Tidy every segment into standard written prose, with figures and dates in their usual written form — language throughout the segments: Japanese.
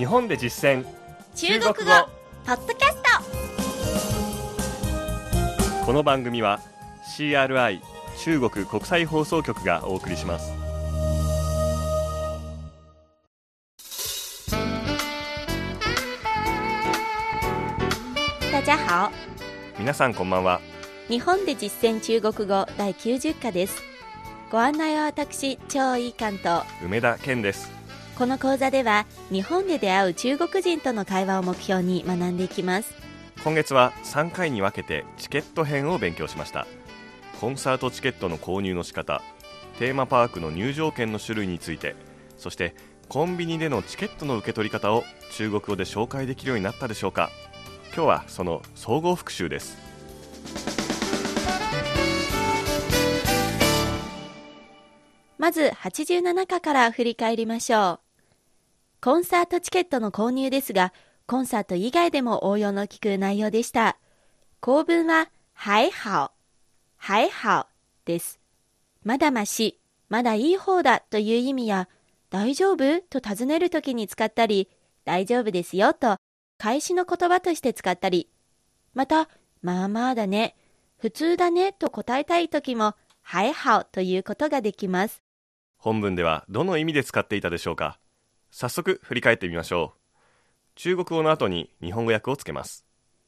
日本で実践中国語ポッドキャスト。 この番組は CRI 中国国際放送局がお送りします。 大家好。 皆さんこんばんは。 日本で実践中国語第90課です。ご案内は私、張一貫と梅田健です。 この講座では日本で出会う中国人との会話を目標に学んでいきます。 今月は3回に分けてチケット編を勉強しました。コンサートチケットの購入の仕方、テーマパークの入場券の種類について、そしてコンビニでのチケットの受け取り方を中国語で紹介できるようになったでしょうか。今日はその総合復習です。 まず87課から振り返りましょう。コンサートチケットの購入ですが、コンサート以外でも応用の利く内容でした。構文は还好、还好です。まだまし、まだいい方だという意味や、大丈夫と尋ねるときに使ったり、大丈夫ですよと返しの言葉として使ったり、また、まあまあだね、普通だねと答えたいときも、还好ということができます。 本文ではどの意味で使っていたでしょうか。早速振り返ってみましょう。中国語の後に日本語訳をつけます。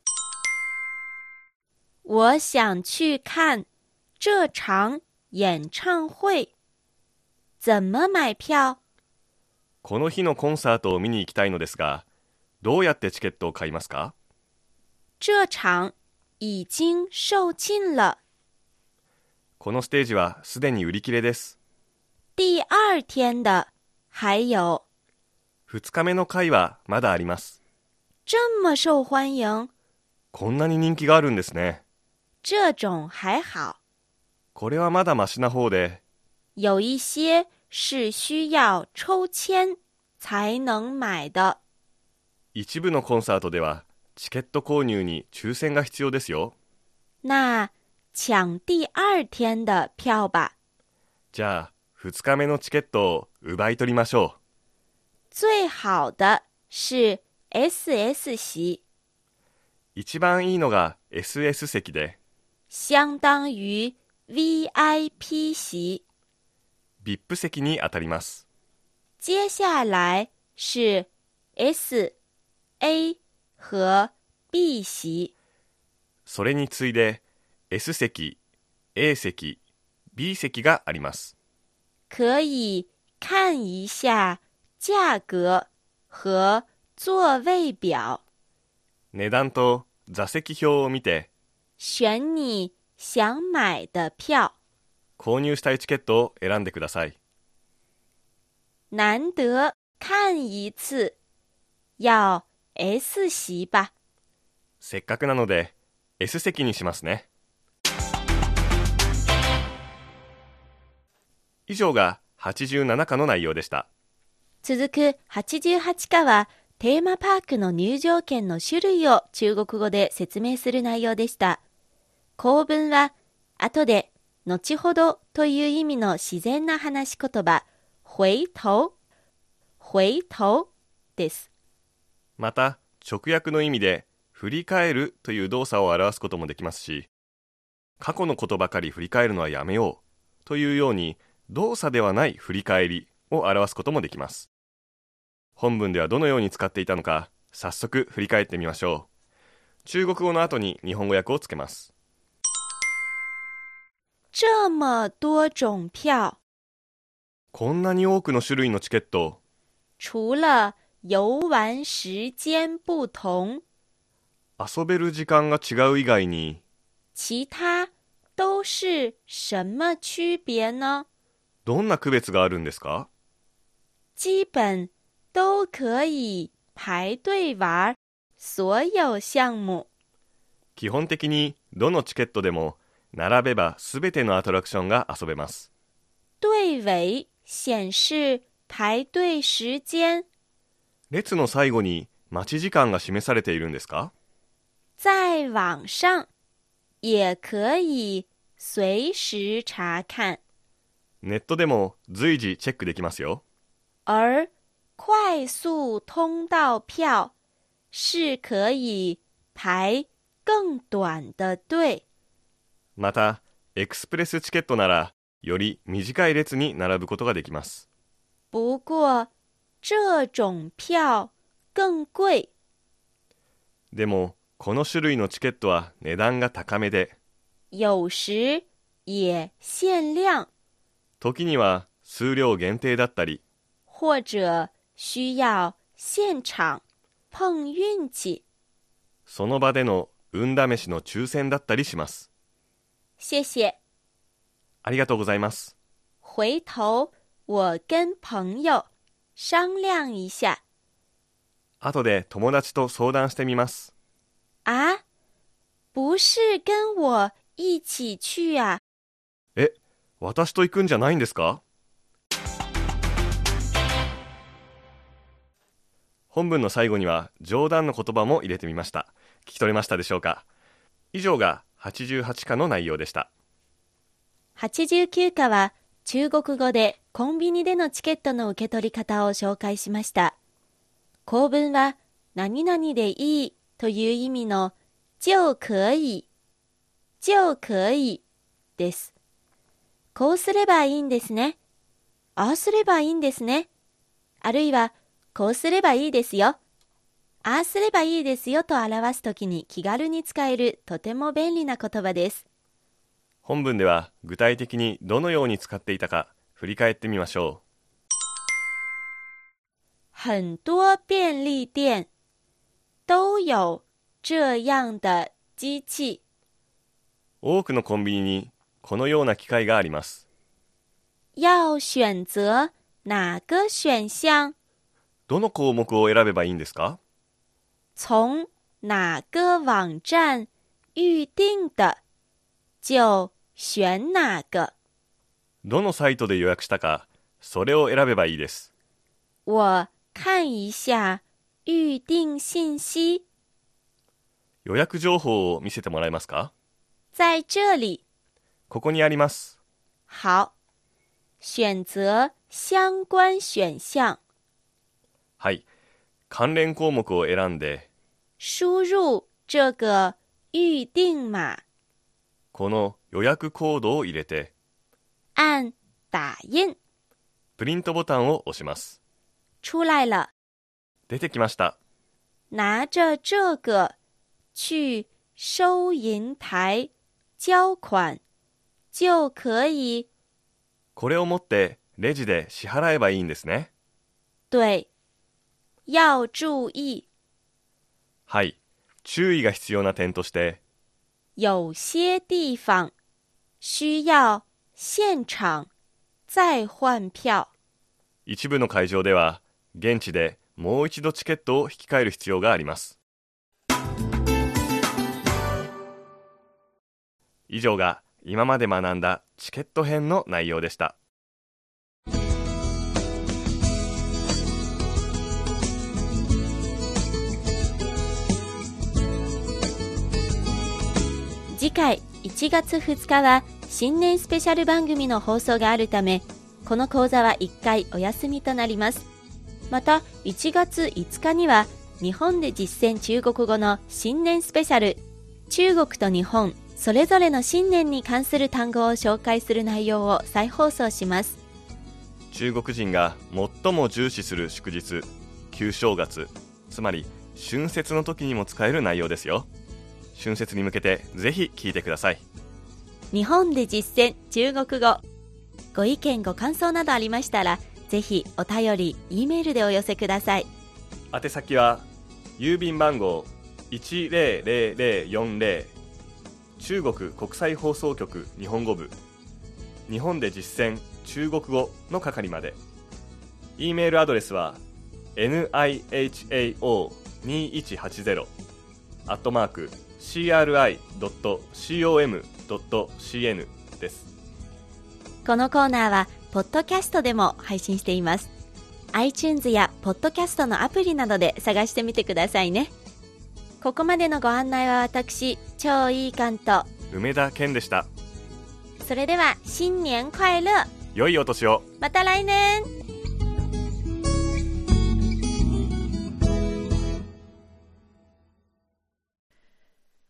我想去看这場演唱会。怎么買票？ この日のコンサートを見に行きたいのですが、どうやってチケットを買いますか？ 这場已经售罄了。 このステージはすでに売り切れです。 第二天的还有。 2日目の回はまだあります。 这么受欢迎。 こんなに人気があるんですね。 这種还好。 これはまだマシな方で、 有一些是需要抽籤才能買的。 一部のコンサートではチケット購入に抽選が必要ですよ。 那搶第二天的票吧。 じゃあ2日目のチケットを奪い取りましょう。 最好的是 SS 席。 一番いいのが SS 席で、 相当于 VIP 席。 VIP 席に当たります。 接下来是 S、A 和 B 席。 それに次いで S 席、A 席、B 席があります。 可以看一下价格和座位表。 値段と座席表を見て、 選你想買的票。 購入したいチケットを選んでください。 難得看一次。要 S 席吧。 せっかくなので S 席にしますね。以上が87課の内容でした。 続く88課はテーマパークの入場券の種類を中国語で説明する内容でした。構文は後で、後ほどという意味の自然な話し言葉、回頭、回頭です。 また直訳の意味で振り返るという動作を表すこともできますし、過去のことばかり振り返るのはやめようというように動作ではない振り返りを表すこともできます。本文ではどのように使っていたのか早速振り返ってみましょう。中国語の後に日本語訳をつけます。 这么多種票。 こんなに多くの種類のチケット。 除了遊玩時間不同。 遊べる時間が違う以外に。 其他都是什麼區別呢？ どんな区別があるんですか？ 基本都可以排隊玩所有項目。 基本的にどのチケットでも並べばすべてのアトラクションが遊べます。 隊尾顯示排隊時間。 列の最後に待ち時間が示されているんですか？ 在網上也可以隨時查看。 ネットでも随時チェックできますよ。 而快速通道票是可以排更短的队。 また、エクスプレスチケットなら、より短い列に並ぶことができます。 不过、这种票更贵。 でも、この種類のチケットは値段が高めで、 有時也限量。 時には数量限定だったり、 或者需要現場碰運氣。 その場での運試しの抽選だったりします。 謝謝。 ありがとうございます。 回頭我跟朋友商量一下。 後で友達と相談してみます。 あ、不是跟我一起去啊。 え、私と行くんじゃないんですか？本文の最後には冗談の言葉も入れてみました。聞き取れましたでしょうか？以上が88課の内容でした。 89課は中国語でコンビニでのチケットの受け取り方を紹介しました。構文は何々でいいという意味の就可以、就可以です。こうすればいいんですね。ああすればいいんですね。あるいはこうすればいいですよ。ああすればいいですよと表すときに気軽に使えるとても便利な言葉です。 本文では具体的にどのように使っていたか振り返ってみましょう。 很多便利店都有这样的機器。 多くのコンビニにこのような機械があります。 要選择哪个選項？ どの項目を選べばいいんですか？ 從哪個網站預定的就選哪個。 どのサイトで予約したか、それを選べばいいです。 我看一下預定信息。 予約情報を見せてもらえますか？ 在這裡。 ここにあります。 好。選擇相關選項。 はい。関連項目を選んで、 輸入這個預定碼。 この予約コードを入れて、 按打印。 プリントボタンを押します。 出來了。 出てきました。 拿着這個去收銀台交款就可以。 これを持ってレジで支払えばいいんですね。 對。要注意。 はい。注意が必要な点として、 有些地方需要現場再換票。 一部の会場では現地でもう一度チケットを引き換える必要があります。以上が今まで学んだチケット編の内容でした。 次回1月2日は新年スペシャル番組の放送があるため、この講座は1回お休みとなります。また1月5日には日本で実践中国語の新年スペシャル、中国と日本それぞれの新年に関する単語を紹介する内容を再放送します。 中国人が最も重視する祝日、旧正月、つまり春節の時にも使える内容ですよ。春節に向けてぜひ聞いてください。 日本で実践中国語。ご意見ご感想などありましたら、ぜひお便り E メールでお寄せください。 宛先は郵便番号 10040 中国国際放送局日本語部、日本で実践中国語の係まで。 E メールアドレスは nihao2180@cri.com.cn です。 このコーナーはポッドキャストでも配信しています。 iTunes やポッドキャストのアプリなどで探してみてくださいね。ここまでのご案内は私、超いい関と梅田健でした。 それでは新年快樂。 良いお年を。 また来年。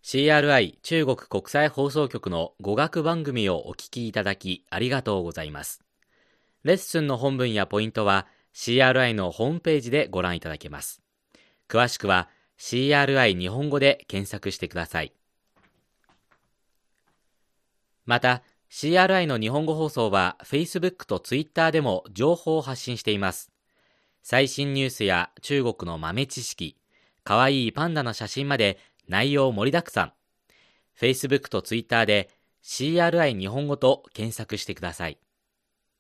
CRI 中国国際放送局の語学番組をお聞きいただきありがとうございます。レッスンの本文やポイントは CRI のホームページでご覧いただけます。詳しくは CRI 日本語で検索してください。また、CRI の日本語放送は Facebook と Twitter でも情報を発信しています。最新ニュースや中国の豆知識、かわいいパンダの写真まで内容盛りだくさん。Facebook と Twitter で CRI 日本語と検索してください。